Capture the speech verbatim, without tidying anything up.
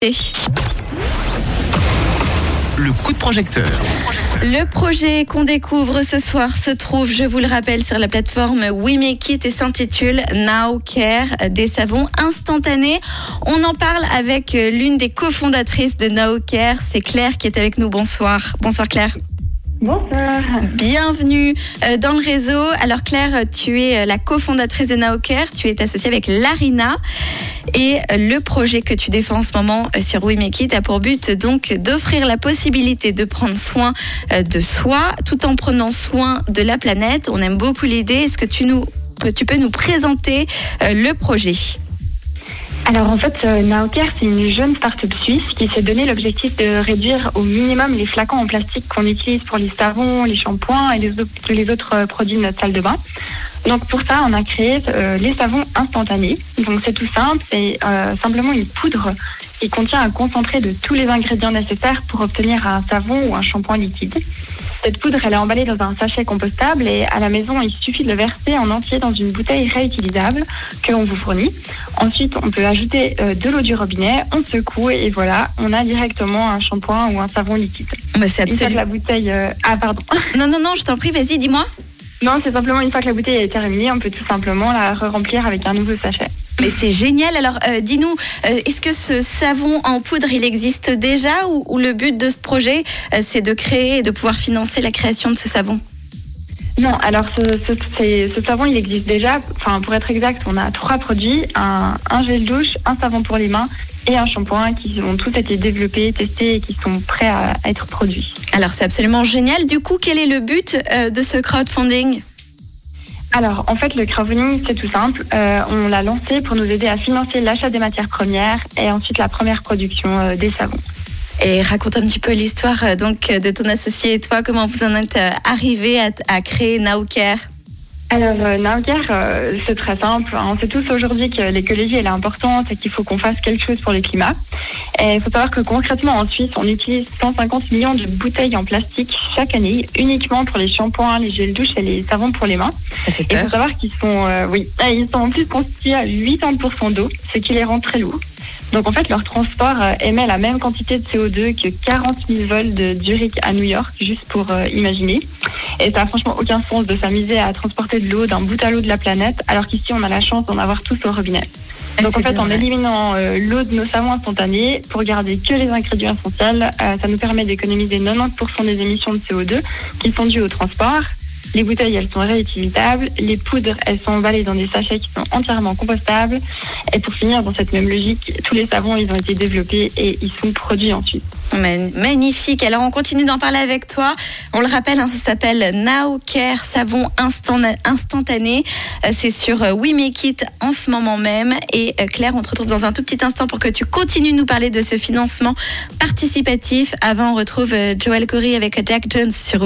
Le coup de projecteur. Le projet qu'on découvre ce soir se trouve, je vous le rappelle, sur la plateforme We Make It et s'intitule Now Care, des savons instantanés. On en parle avec l'une des cofondatrices de Now Care, c'est Claire qui est avec nous. Bonsoir. Bonsoir Claire. Bonsoir. Bienvenue dans le réseau. Alors Claire, tu es la cofondatrice de Now Care, tu es associée avec Larina et le projet que tu défends en ce moment sur We Make It a pour but donc d'offrir la possibilité de prendre soin de soi tout en prenant soin de la planète. On aime beaucoup l'idée. Est-ce que tu, nous, tu peux nous présenter le projet ? Alors en fait, Now Care, c'est une jeune start-up suisse qui s'est donné l'objectif de réduire au minimum les flacons en plastique qu'on utilise pour les savons, les shampoings et les autres, les autres produits de notre salle de bain. Donc pour ça, on a créé euh, les savons instantanés. Donc c'est tout simple, c'est euh, simplement une poudre qui contient un concentré de tous les ingrédients nécessaires pour obtenir un savon ou un shampoing liquide. Cette poudre, elle est emballée dans un sachet compostable et à la maison, il suffit de le verser en entier dans une bouteille réutilisable que l'on vous fournit. Ensuite, on peut ajouter euh, de l'eau du robinet, on secoue et voilà, on a directement un shampoing ou un savon liquide. Bah, c'est absolument... la bouteille... Euh... Ah, pardon. Non, non, non, je t'en prie, vas-y, dis-moi. Non, c'est simplement une fois que la bouteille est terminée, on peut tout simplement la re-remplir avec un nouveau sachet. Mais c'est génial. Alors, euh, dis-nous, euh, est-ce que ce savon en poudre, il existe déjà ou, ou le but de ce projet, euh, c'est de créer et de pouvoir financer la création de ce savon ? Non, alors ce, ce, c'est, ce savon, il existe déjà. Enfin, pour être exact, on a trois produits, un, un gel douche, un savon pour les mains et un shampoing qui ont tous été développés, testés et qui sont prêts à, à être produits. Alors, c'est absolument génial. Du coup, quel est le but euh, de ce crowdfunding ? Alors, en fait, le crowdfunding, c'est tout simple. Euh, on l'a lancé pour nous aider à financer l'achat des matières premières et ensuite la première production euh, des savons. Et raconte un petit peu l'histoire euh, donc de ton associé et toi, comment vous en êtes euh, arrivés à, à créer Now Care ? Alors, euh, Now Care, euh, c'est très simple. On sait tous aujourd'hui que l'écologie, elle est importante et qu'il faut qu'on fasse quelque chose pour le climat. Et il faut savoir que concrètement, en Suisse, on utilise cent cinquante millions de bouteilles en plastique chaque année, uniquement pour les shampoings, les gels douche et les savons pour les mains. Ça fait peur. Et il faut savoir qu'ils sont, euh, oui, ils sont en plus constitués à quatre-vingt-dix pour cent d'eau, ce qui les rend très lourds. Donc en fait, leur transport euh, émet la même quantité de C O deux que quarante mille vols de Zurich à New York, juste pour euh, imaginer. Et ça n'a franchement aucun sens de s'amuser à transporter de l'eau d'un bout à l'autre de la planète, alors qu'ici, on a la chance d'en avoir tous au robinet. Ah, donc en fait, en vrai. éliminant euh, l'eau de nos savons instantanés, pour garder que les ingrédients essentiels, euh, ça nous permet d'économiser quatre-vingt-dix pour cent des émissions de C O deux qui sont dues au transport. Les bouteilles, elles sont réutilisables. Les poudres, elles sont emballées dans des sachets qui sont entièrement compostables. Et pour finir, dans cette même logique, tous les savons, ils ont été développés et ils sont produits ensuite. Magnifique. Alors, on continue d'en parler avec toi. On le rappelle, hein, ça s'appelle Now Care, savon instant, instantané. C'est sur We Make It en ce moment même. Et Claire, on te retrouve dans un tout petit instant pour que tu continues de nous parler de ce financement participatif. Avant, on retrouve Joel Corry avec Jack Jones sur